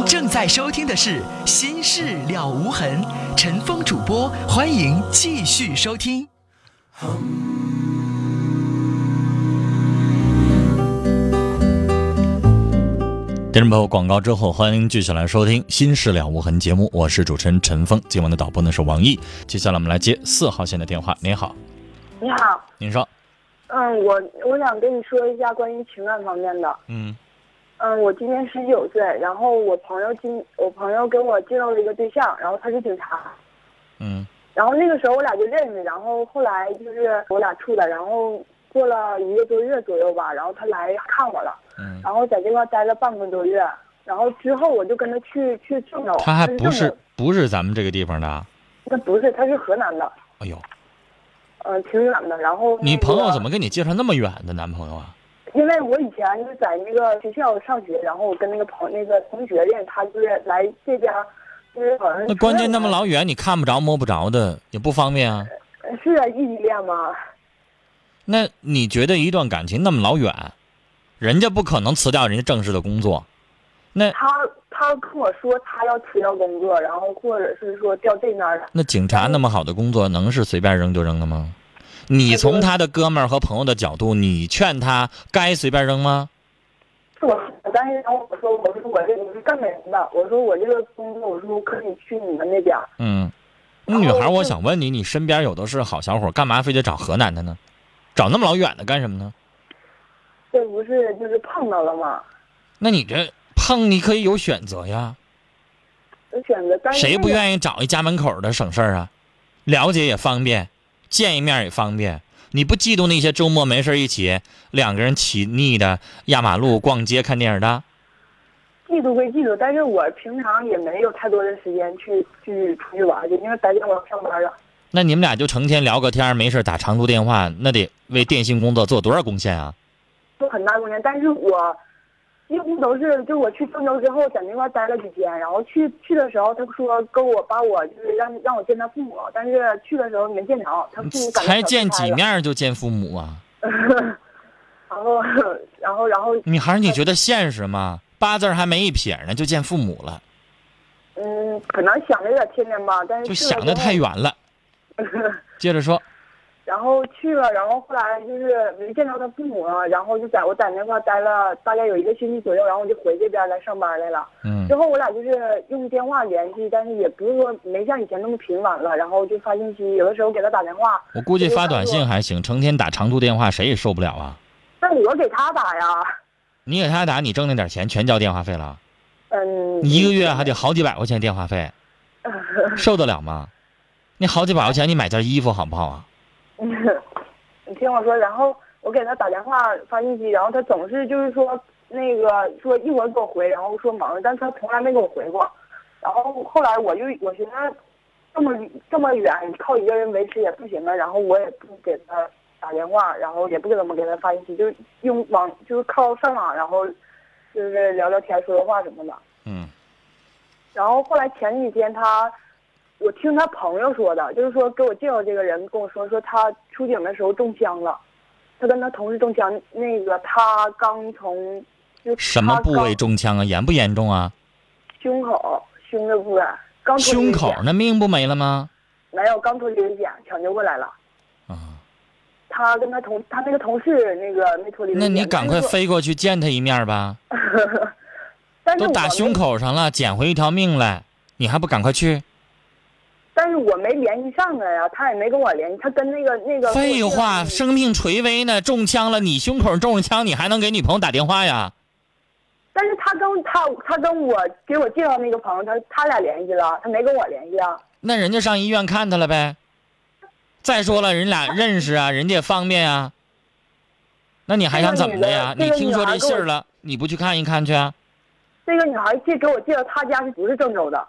您正在收听的是《心事了无痕》，陈峰主播，欢迎继续收听。听众朋友，广告之后，欢迎继续来收听《心事了无痕》节目，我是主持人陈峰，今晚的导播呢是王毅。接下来我们来接4号线的电话。您好。 你好。 您说。 我想跟你说一下关于情感方面的。我今年19岁，然后我朋友给我介绍了一个对象，然后他是警察。然后那个时候我俩就认识，然后后来就是我俩处的，然后过了1个多月左右吧，然后他来看我了。然后在这块待了半个多月，然后之后我就跟他去郑州。 他还不是咱们这个地方的？ 他不是，他是河南的。 哎呦。 挺远的。然后你朋友怎么给你介绍那么远的男朋友啊？ 因为我以前就是在那个学校上学，然后我跟那个同学认，他就是来这边，就是好像。 那关键那么老远，你看不着摸不着的，也不方便啊。 是啊，异地恋嘛。 那你觉得一段感情那么老远，人家不可能辞掉人家正式的工作，那他跟我说他要辞掉工作，然后或者是说调这边的。那警察那么好的工作，能是随便扔就扔的吗？你从他的哥们儿和朋友的角度，你劝他该随便扔吗？ 但是我说我这个是干美人的，我说我这个工作，我说可以去你们那边。 女孩，我想问你，你身边有的是好小伙，干嘛非得找河南的呢？找那么老远的干什么呢？ 这不是就是碰到了吗？ 那你这碰，你可以有选择呀。 有选择，但是谁不愿意找一家门口的省事儿啊？了解也方便，见一面也方便。你不嫉妒那些周末没事一起2个人起腻的压马路、逛街、看电影的？ 嫉妒归嫉妒，但是我平常也没有太多的时间去出去玩去，因为白天我要上班了。 那你们俩就成天聊个天，没事打长途电话，那得为电信工作做多少贡献啊？ 做很大贡献，但是我几乎都是，就我去郑州之后，在那块待了几天，然后去的时候，他说把我就是让我见他父母，但是去的时候没见着，他父母才见几面就见父母啊？ 然后女孩，你觉得现实吗？8字还没一撇呢，就见父母了。 可能想的有点天真吧，但是就想的太远了。接着说。 然后去了，然后后来就是没见到他父母了，然后我在那块待了大概有1个星期左右，然后我就回这边来上班来了。之后我俩就是用电话联系，但是也不是说没像以前那么频繁了，然后就发信息，有的时候给他打电话。我估计发短信还行，成天打长途电话谁也受不了啊。 那我给他打呀。 你给他打，你挣那点钱全交电话费了。你1个月还得好几百块钱电话费，受得了吗？你好几百块钱，你买件衣服好不好啊？ 你听我说，然后我给他打电话发信息，然后他总是就是说说一会儿给我回，然后说忙，但他从来没给我回过。然后后来我寻思这么远靠一个人维持也不行了，然后我也不给他打电话，然后也不怎么给他发信息，就用就是靠上网，然后就是聊聊天说说话什么的。然后后来前几天我听他朋友说的，就是说给我介绍这个人跟我说他出警的时候中枪了，他跟他同事中枪，他刚从什么部位中枪啊？严不严重啊？ 胸的部位，刚脱离胸口那命不没了吗？ 没有，刚脱离危险，抢救过来了。他跟他那个同事没脱离危险。 那你赶快飞过去见他一面吧。 但是都打胸口上了，捡回一条命来，你还不赶快去？ 但是我没联系上他呀，他也没跟我联系，他跟那个。 废话，生命垂危呢，中枪了，你胸口中了枪，你还能给女朋友打电话呀？ 但是他跟我给我介绍那个朋友，他俩联系了，他没跟我联系啊。 那人家上医院看他了呗。再说了，人俩认识啊，人家也方便啊。那你还想怎么的呀？你听说这信儿了，你不去看一看去啊？ 这个女孩给我介绍，她家不是郑州的。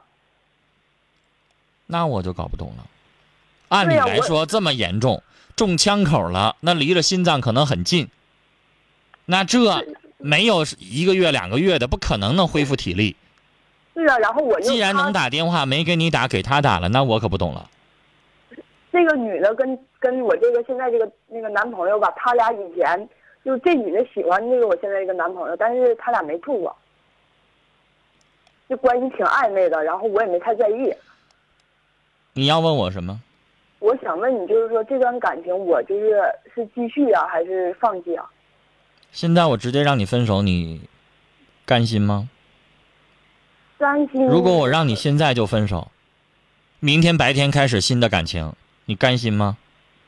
那我就搞不懂了。按理来说，这么严重，中枪口了，那离着心脏可能很近。那这没有1个月2个月的，不可能能恢复体力。 是啊，然后既然能打电话，没给你打，给他打了，那我可不懂了。 这个女的跟我这个现在那个男朋友吧，他俩以前就这女的喜欢我现在这个男朋友，但是他俩没处过。 就关系挺暧昧的，然后我也没太在意。 你要问我什么？ 我想问你，就是说这段感情我是继续啊，还是放弃啊？ 现在我直接让你分手，你甘心吗？ 甘心。 如果我让你现在就分手，明天白天开始新的感情，你甘心吗？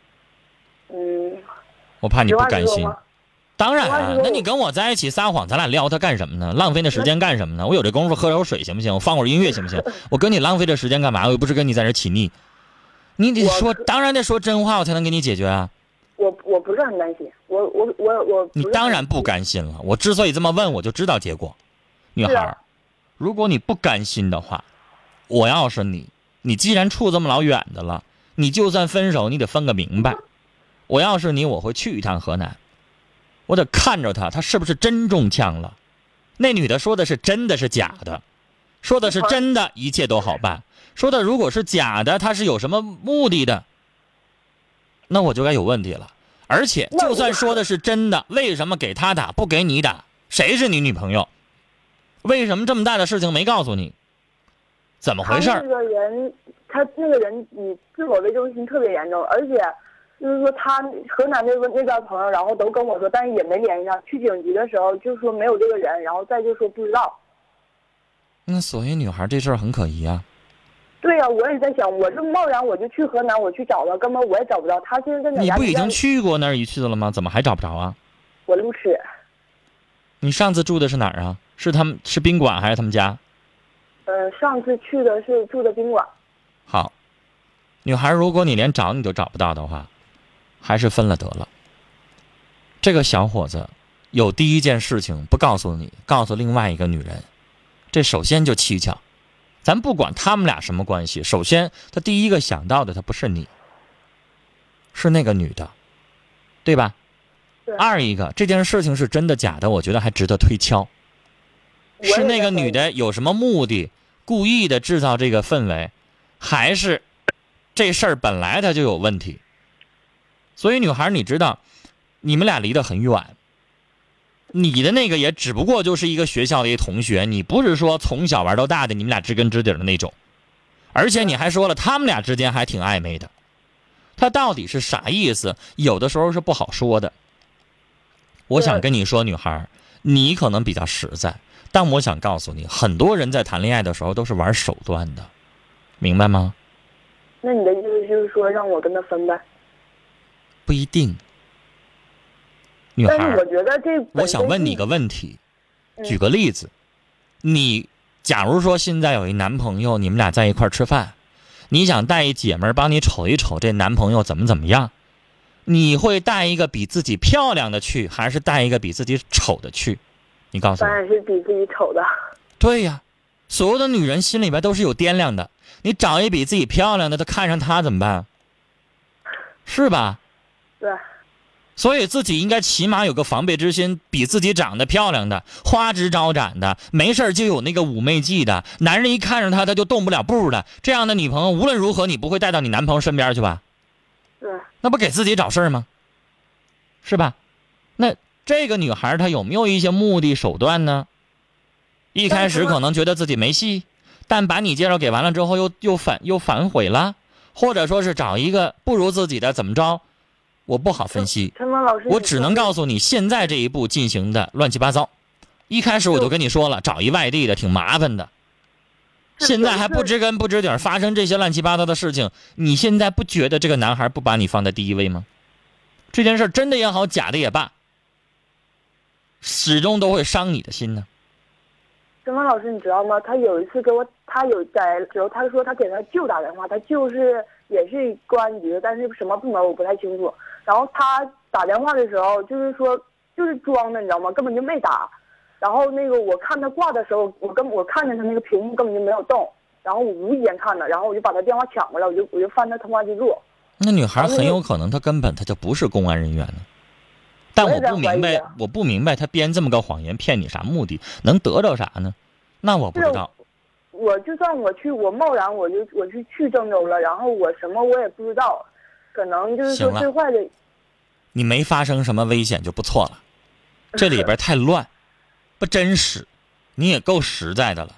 我怕你不甘心。当然啊，那你跟我在一起撒谎，咱俩撩他干什么呢？浪费那时间干什么呢？我有这功夫喝点水行不行？我放会儿音乐行不行？我跟你浪费这时间干嘛？我又不是跟你在这起腻。你得说，当然得说真话，我才能给你解决啊。 我不是很担心，我你当然不甘心了。我之所以这么问，我就知道结果。女孩，如果你不甘心的话，我要是你既然处这么老远的了，你就算分手，你得分个明白。我要是你，我会去一趟河南，我得看着他是不是真中枪了。那女的说的是真的是假的，说的是真的，一切都好办。说的如果是假的，他是有什么目的的，那我就该有问题了。而且就算说的是真的，为什么给他打不给你打？谁是你女朋友？为什么这么大的事情没告诉你？怎么回事？ 他那个人以自我为中心特别严重，而且就是说他河南那边朋友，然后都跟我说，但是也没联系上。去警局的时候就说没有这个人，然后再就说不知道。 那所以女孩这事儿很可疑啊。 对呀，我也在想，我这贸然我就去河南，我去找他，根本我也找不到他。现在在哪？ 你不已经去过那儿一次了吗？怎么还找不着啊？ 我路痴。 你上次住的是哪儿啊？是宾馆还是他们家？ 上次去的是住的宾馆。 好，女孩，如果你连找你都找不到的话，还是分了得了。这个小伙子有第一件事情不告诉你，告诉另外一个女人，这首先就蹊跷。咱不管他们俩什么关系，首先他第一个想到的他不是你，是那个女的，对吧？二一个，这件事情是真的假的，我觉得还值得推敲。是那个女的有什么目的，故意的制造这个氛围，还是这事儿本来它就有问题？所以女孩，你知道你们俩离得很远，你的那个也只不过就是一个学校的一同学，你不是说从小玩到大的，你们俩知根知底的那种。而且你还说了他们俩之间还挺暧昧的，他到底是啥意思，有的时候是不好说的。我想跟你说，女孩，你可能比较实在，但我想告诉你，很多人在谈恋爱的时候都是玩手段的，明白吗？ 那你的意思就是说让我跟他分呗？ 不一定。女孩， 但是我觉得我想问你个问题，举个例子，你假如说现在有一男朋友，你们俩在一块吃饭，你想带一姐们儿帮你瞅一瞅这男朋友怎么样，你会带一个比自己漂亮的去，还是带一个比自己丑的去？你告诉我。 当然是比自己丑的。 对呀，所有的女人心里边都是有掂量的，你找一比自己漂亮的，她看上他怎么办？是吧？ 对。 所以自己应该起码有个防备之心，比自己长得漂亮的、花枝招展的、没事就有那个妩媚剂的，男人一看上他他就动不了步的，这样的女朋友无论如何你不会带到你男朋友身边去吧？ 对。 那不给自己找事儿吗？是吧？那这个女孩她有没有一些目的手段呢？一开始可能觉得自己没戏，但把你介绍给完了之后又反悔了，或者说是找一个不如自己的怎么着？我不好分析，我只能告诉你，现在这一步进行的乱七八糟。一开始我就跟你说了，找一外地的挺麻烦的，现在还不知根不知底发生这些乱七八糟的事情，你现在不觉得这个男孩不把你放在第一位吗？这件事真的也好，假的也罢，始终都会伤你的心呢。 郑芳老师，你知道吗？他有一次他有在时候，他说他给他舅打电话，他舅也是公安局，但是什么部门我不太清楚。然后他打电话的时候，就是装的，你知道吗？根本就没打。然后那个我看他挂的时候，我看见他那个屏幕根本就没有动，然后我无意间看的，然后我就把他电话抢过来，我就翻他通话记录。 那女孩很有可能她根本她就不是公安人员呢。但我不明白她编这么个谎言骗你啥目的，能得着啥呢？那我不知道。 我就算我贸然我去郑州了，然后我什么我也不知道，可能就是说最坏的。 你没发生什么危险就不错了，这里边太乱，不真实，你也够实在的了。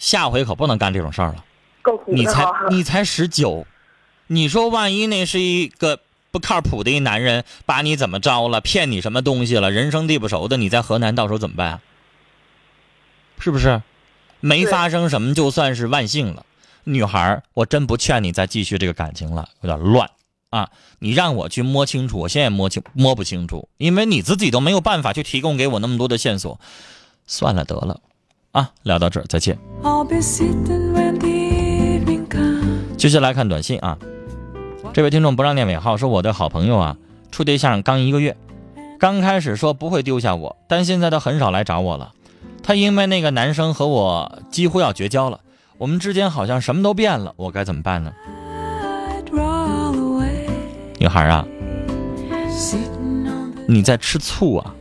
下回可不能干这种事儿了。 够苦的你才19，你说万一那是一个不靠谱的一男人，把你怎么着了，骗你什么东西了，人生地不熟的，你在河南到时候怎么办啊？是不是？没发生什么就算是万幸了。女孩，我真不劝你再继续这个感情了，有点乱啊！你让我去摸清楚，我现在摸不清楚，因为你自己都没有办法去提供给我那么多的线索，算了得了啊！聊到这儿，再见。接下来看短信啊，这位听众不让念尾号，说我的好朋友啊，处对象刚1个月，刚开始说不会丢下我，但现在他很少来找我了。他因为那个男生和我几乎要绝交了，我们之间好像什么都变了，我该怎么办呢？女孩啊，你在吃醋啊？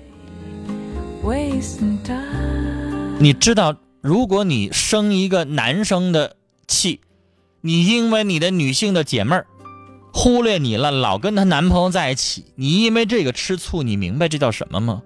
你知道，如果你生一个男生的气，你因为你的女性的姐妹儿忽略你了，老跟她男朋友在一起，你因为这个吃醋，你明白这叫什么吗？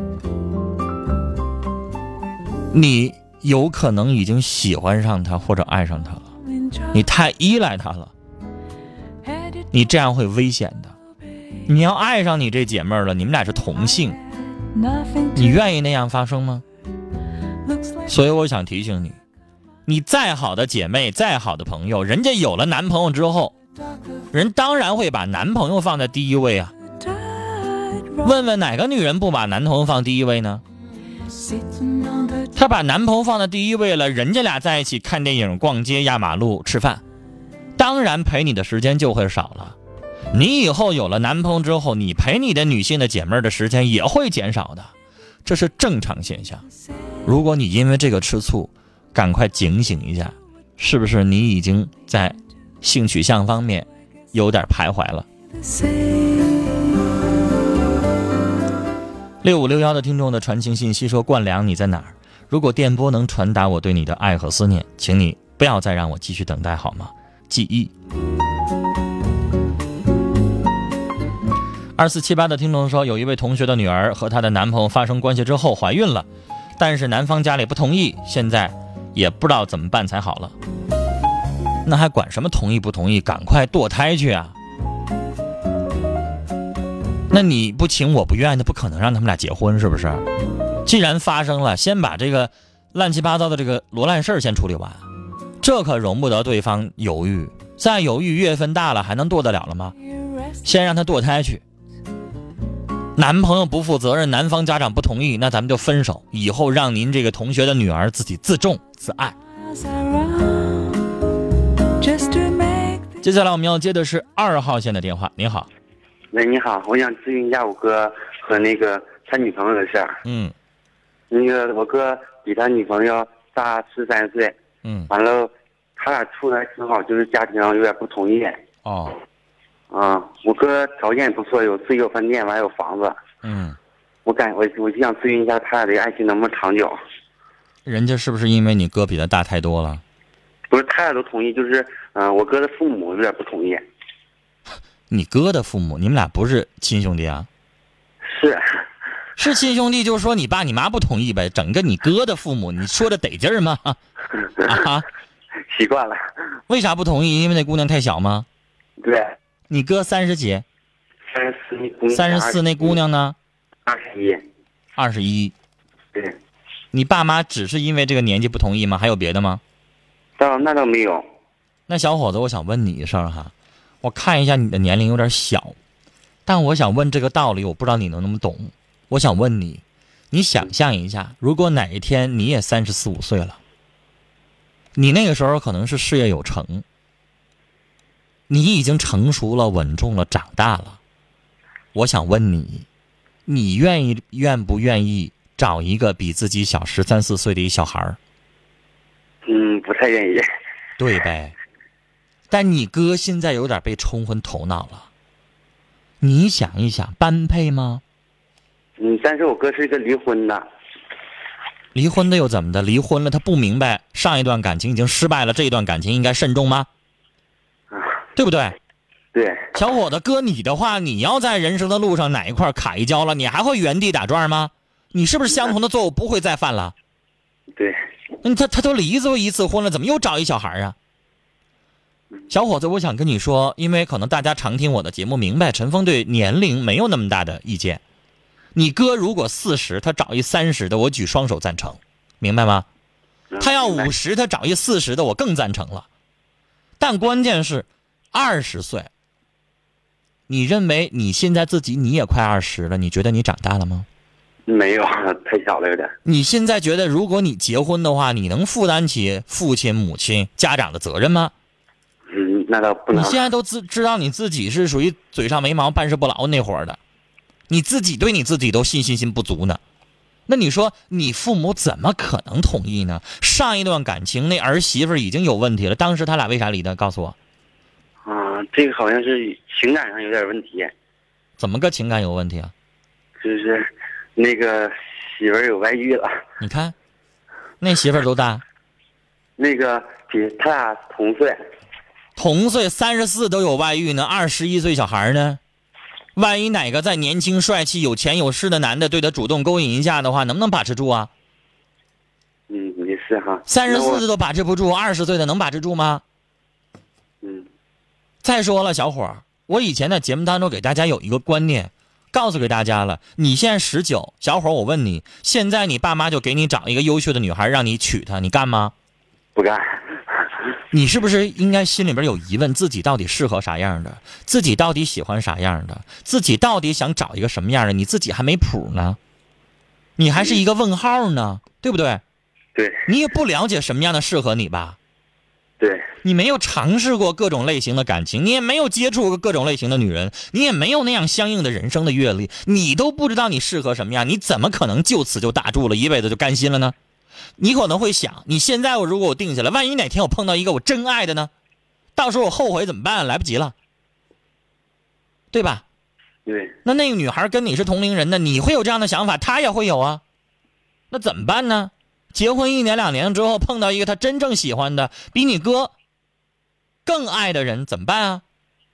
你有可能已经喜欢上他或者爱上他了，你太依赖他了，你这样会危险的。你要爱上你这姐妹了，你们俩是同性，你愿意那样发生吗？所以我想提醒你，你再好的姐妹，再好的朋友，人家有了男朋友之后，人当然会把男朋友放在第一位啊。问问哪个女人不把男朋友放第一位呢？她把男朋友放在第一位了，人家俩在一起看电影、逛街、压马路、吃饭，当然陪你的时间就会少了。你以后有了男朋友之后，你陪你的女性的姐妹的时间也会减少的，这是正常现象。如果你因为这个吃醋，赶快警醒一下，是不是你已经在性取向方面有点徘徊了？6561的听众的传情信息说，冠良你在哪儿？如果电波能传达我对你的爱和思念，请你不要再让我继续等待好吗？记忆。2478的听众说，有一位同学的女儿和她的男朋友发生关系之后怀孕了，但是男方家里不同意，现在也不知道怎么办才好了。那还管什么同意不同意，赶快堕胎去啊！那你不情我不愿的，不可能让他们俩结婚，是不是？既然发生了，先把这个乱七八糟的这个罗烂事儿先处理完，这可容不得对方犹豫。再犹豫，月份大了还能堕得了吗？先让他堕胎去。男朋友不负责任，男方家长不同意，那咱们就分手。以后让您这个同学的女儿自己自重自爱。接下来我们要接的是2号线的电话。您好。 喂，你好，我想咨询一下我哥和那个他女朋友的事儿。那个我哥比他女朋友大13岁。完了，他俩处的还挺好，就是家庭上有点不同意。我哥条件也不错，有自己有饭店，完还有房子。我就想咨询一下他俩的爱情能不能长久。 人家是不是因为你哥比他大太多了？ 不是，他俩都同意，就是我哥的父母有点不同意。 你哥的父母，你们俩不是亲兄弟啊？ 是亲兄弟，就是说你爸你妈不同意呗。整个你哥的父母，你说的得劲儿吗？ 习惯了。 为啥不同意？因为那姑娘太小吗？ 对。 你哥30几？34，那姑娘呢？21。 对。 你爸妈只是因为这个年纪不同意吗？还有别的吗？ 那倒没有。 那小伙子，我想问你一声哈，我看一下你的年龄有点小，但我想问这个道理，我不知道你能不能懂。我想问你，你想象一下，如果哪一天你也34、35岁了，你那个时候可能是事业有成，你已经成熟了、稳重了、长大了。我想问你，你愿不愿意找一个比自己小13、14岁的一小孩儿？ 不太愿意。 对呗。但你哥现在有点被冲昏头脑了，你想一想，般配吗？ 但是我哥是一个离婚的。 离婚的又怎么的？离婚了，他不明白上一段感情已经失败了，这一段感情应该慎重吗？对不对？ 对。 小伙子，哥你的话，你要在人生的路上哪一块卡一跤了，你还会原地打转吗？你是不是相同的错误不会再犯了？ 对。 他都离过一次婚了，怎么又找一小孩啊？小伙子，我想跟你说，因为可能大家常听我的节目，明白陈峰对年龄没有那么大的意见。你哥如果40，他找一30的，我举双手赞成，明白吗？他要50，他找一40的，我更赞成了。但关键是20岁，你认为你现在自己你也快20了，你觉得你长大了吗？ 没有，太小了有点。 你现在觉得如果你结婚的话，你能负担起父亲母亲家长的责任吗？ 那倒不能。 你现在都知道你自己是属于嘴上没毛办事不牢那伙的，你自己对你自己都信心不足呢。那你说你父母怎么可能同意呢？上一段感情那儿媳妇已经有问题了，当时他俩为啥离的？告诉我。 这个好像是情感上有点问题。 怎么个情感有问题啊？ 就是那个媳妇儿有外遇了。 你看，那媳妇儿多大？ 那个比他俩同岁。 同岁34都有外遇呢，21岁小孩呢？万一哪个再年轻帅气有钱有势的男的对他主动勾引一下的话，能不能把持住啊？ 也是哈。 34的都把持不住，20岁的能把持住吗？再说了，小伙儿，我以前在节目当中给大家有一个观念，告诉给大家了。你现在19，小伙儿，我问你，现在你爸妈就给你找一个优秀的女孩让你娶她，你干吗？ 不干。 你是不是应该心里边有疑问，自己到底适合啥样的，自己到底喜欢啥样的，自己到底想找一个什么样的，你自己还没谱呢，你还是一个问号呢，对不对？ 对。 你也不了解什么样的适合你吧？ 对。 你没有尝试过各种类型的感情，你也没有接触过各种类型的女人，你也没有那样相应的人生的阅历，你都不知道你适合什么样，你怎么可能就此就打住了，一辈子就甘心了呢？你可能会想，你现在如果我定下来，万一哪天我碰到一个我真爱的呢？到时候我后悔怎么办？来不及了，对吧？ 对。 那个女孩跟你是同龄人呢，你会有这样的想法，她也会有啊。那怎么办呢？结婚1年2年之后碰到一个她真正喜欢的，比你哥更爱的人，怎么办啊？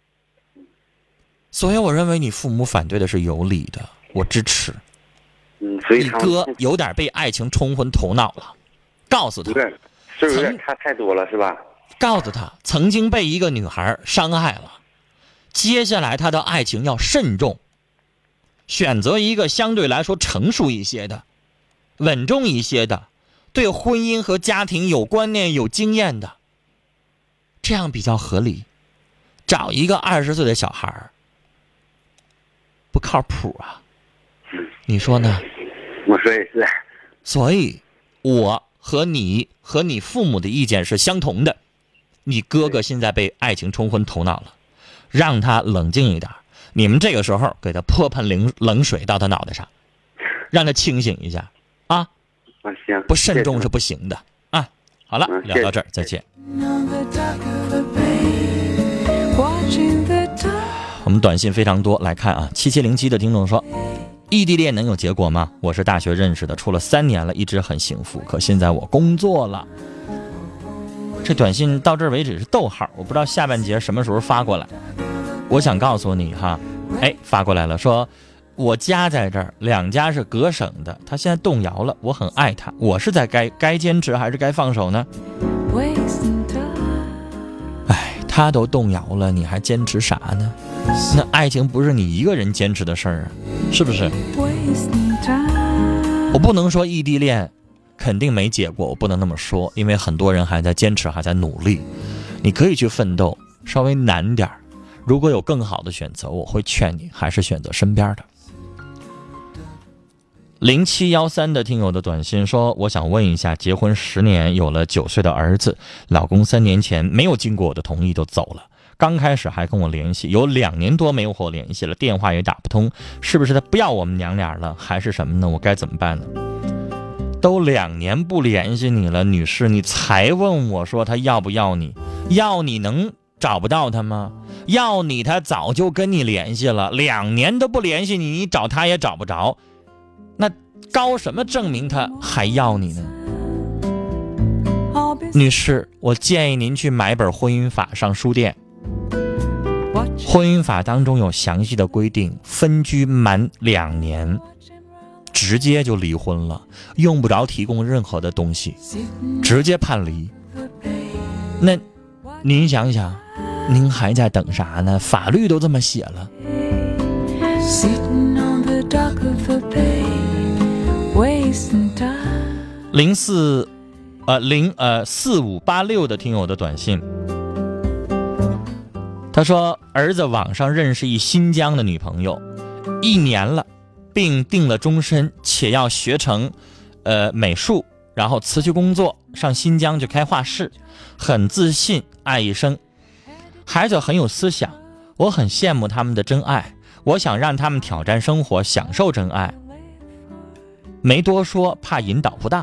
所以我认为你父母反对的是有理的，我支持。你哥有点被爱情冲昏头脑了，告诉他， 是不是差太多了，是吧？ 告诉他，曾经被一个女孩伤害了，接下来他的爱情要慎重，选择一个相对来说成熟一些的、稳重一些的，对婚姻和家庭有观念、有经验的，这样比较合理。找一个20岁的小孩不靠谱啊，你说呢？ 我说也是。 所以我和你和你父母的意见是相同的。你哥哥现在被爱情冲昏头脑了，让他冷静一点，你们这个时候给他泼盆冷水到他脑袋上，让他清醒一下啊。 行， 不慎重是不行的啊。好了，聊到这儿，再见。我们短信非常多，来看啊，7707的听众说，异地恋能有结果吗？我是大学认识的，处了3年了，一直很幸福，可现在我工作了。这短信到这儿为止是逗号，我不知道下半截什么时候发过来。我想告诉你哈，发过来了，说我家在这儿，2家是隔省的，他现在动摇了，我很爱他，我是在该坚持还是该放手呢？他都动摇了，你还坚持啥呢？那爱情不是你一个人坚持的事儿啊，是不是？我不能说异地恋肯定没结果，我不能那么说，因为很多人还在坚持，还在努力。你可以去奋斗，稍微难点，如果有更好的选择，我会劝你还是选择身边的。0713的听友的短信说，我想问一下，结婚10年，有了9岁的儿子，老公3年前没有经过我的同意就走了，刚开始还跟我联系，有2年多没有和我联系了，电话也打不通，是不是他不要我们娘俩了，还是什么呢？我该怎么办呢？都2年不联系你了，女士，你才问我说他要不要你？要你能找不到他吗？要你他早就跟你联系了，2年都不联系你，你找他也找不着，那高什么证明他还要你呢？女士，我建议您去买本婚姻法，上书店。婚姻法当中有详细的规定，分居满2年直接就离婚了，用不着提供任何的东西，直接判离。那您想想，您还在等啥呢？法律都这么写了。4586的听友的短信，他说儿子网上认识一新疆的女朋友1年了，并定了终身，且要学成美术，然后辞去工作上新疆去开画室，很自信，爱一生。孩子很有思想，我很羡慕他们的真爱，我想让他们挑战生活，享受真爱，没多说，怕引导不当。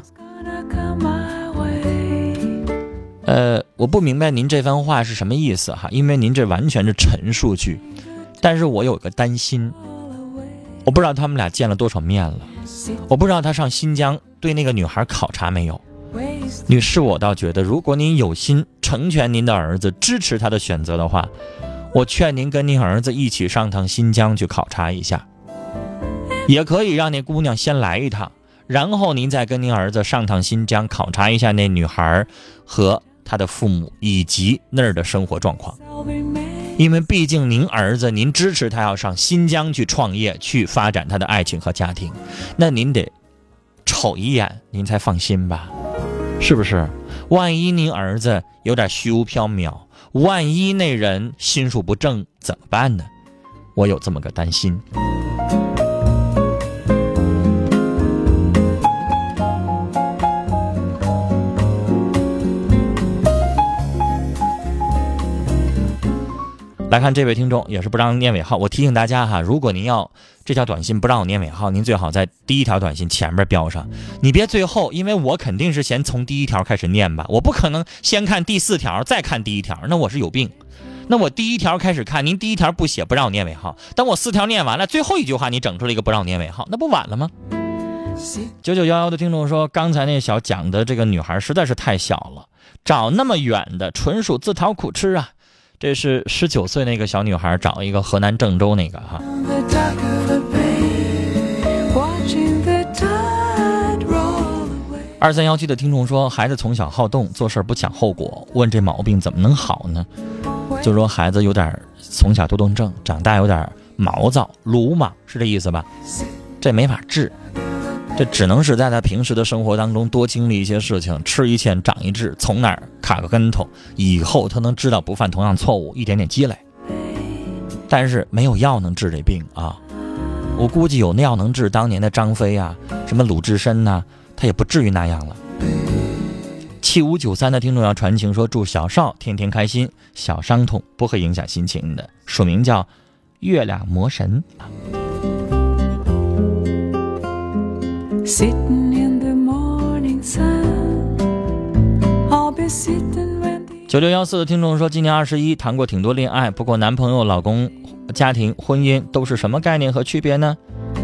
我不明白您这番话是什么意思哈，因为您这完全是陈述句。但是我有个担心，我不知道他们俩见了多少面了，我不知道他上新疆对那个女孩考察没有。女士，我倒觉得如果您有心成全您的儿子，支持他的选择的话，我劝您跟您儿子一起上趟新疆去考察一下，也可以让那姑娘先来一趟，然后您再跟您儿子上趟新疆考察一下那女孩和她的父母以及那儿的生活状况。因为毕竟您儿子，您支持他要上新疆去创业，去发展他的爱情和家庭，那您得瞅一眼您才放心吧，是不是？万一您儿子有点虚无缥缈，万一那人心术不正怎么办呢？我有这么个担心。来看这位听众，也是不让念尾号。我提醒大家哈，如果您要这条短信不让我念尾号，您最好在第一条短信前面标上，你别最后，因为我肯定是先从第一条开始念吧，我不可能先看第4条再看第1条，那我是有病。那我第1条开始看，您第1条不写不让我念尾号，等我4条念完了，最后一句话你整出了一个不让我念尾号，那不晚了吗？9911的听众说，刚才那小讲的这个女孩实在是太小了，找那么远的纯属自讨苦吃啊。这是19岁那个小女孩找一个河南郑州那个哈。2317的听众说，孩子从小好动，做事不讲后果，问这毛病怎么能好呢？就说孩子有点从小多动症，长大有点毛躁鲁莽，是这意思吧？这没法治，这只能是在他平时的生活当中多经历一些事情，吃一堑长一智，从哪儿卡个跟头，以后他能知道不犯同样错误，一点点积累。但是没有药能治这病啊，我估计有药能治当年的张飞啊，什么鲁智深啊，他也不至于那样了。7593的听众要传情说，祝小少天天开心，小伤痛不会影响心情的，署名叫月亮魔神。9614的听众说，今年21，谈过挺多恋爱，不过男朋友、老公、家庭、婚姻都是什么概念和区别呢？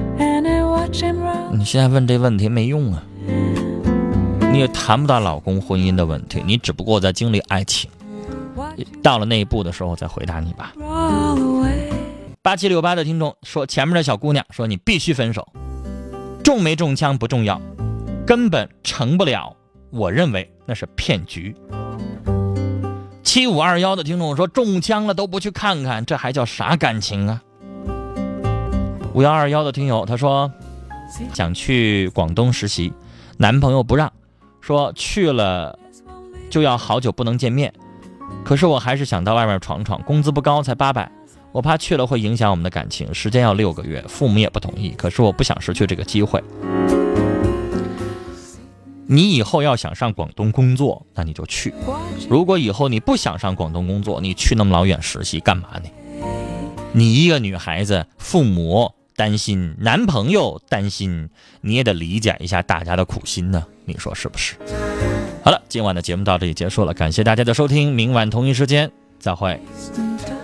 你现在问这问题没用啊，你也谈不到老公婚姻的问题，你只不过在经历爱情，到了那一步的时候再回答你吧。8768的听众说，前面的小姑娘说你必须分手，中没中枪不重要，根本成不了，我认为那是骗局。7521的听众说，中枪了都不去看看，这还叫啥感情啊？5121的听友他说，想去广东实习，男朋友不让，说去了就要好久不能见面，可是我还是想到外面闯闯，工资不高，才800，我怕去了会影响我们的感情，时间要6个月，父母也不同意，可是我不想失去这个机会。你以后要想上广东工作，那你就去，如果以后你不想上广东工作，你去那么老远实习干嘛呢？你一个女孩子，父母担心，男朋友担心，你也得理解一下大家的苦心呢，你说是不是？好了，今晚的节目到这里结束了，感谢大家的收听，明晚同一时间再会。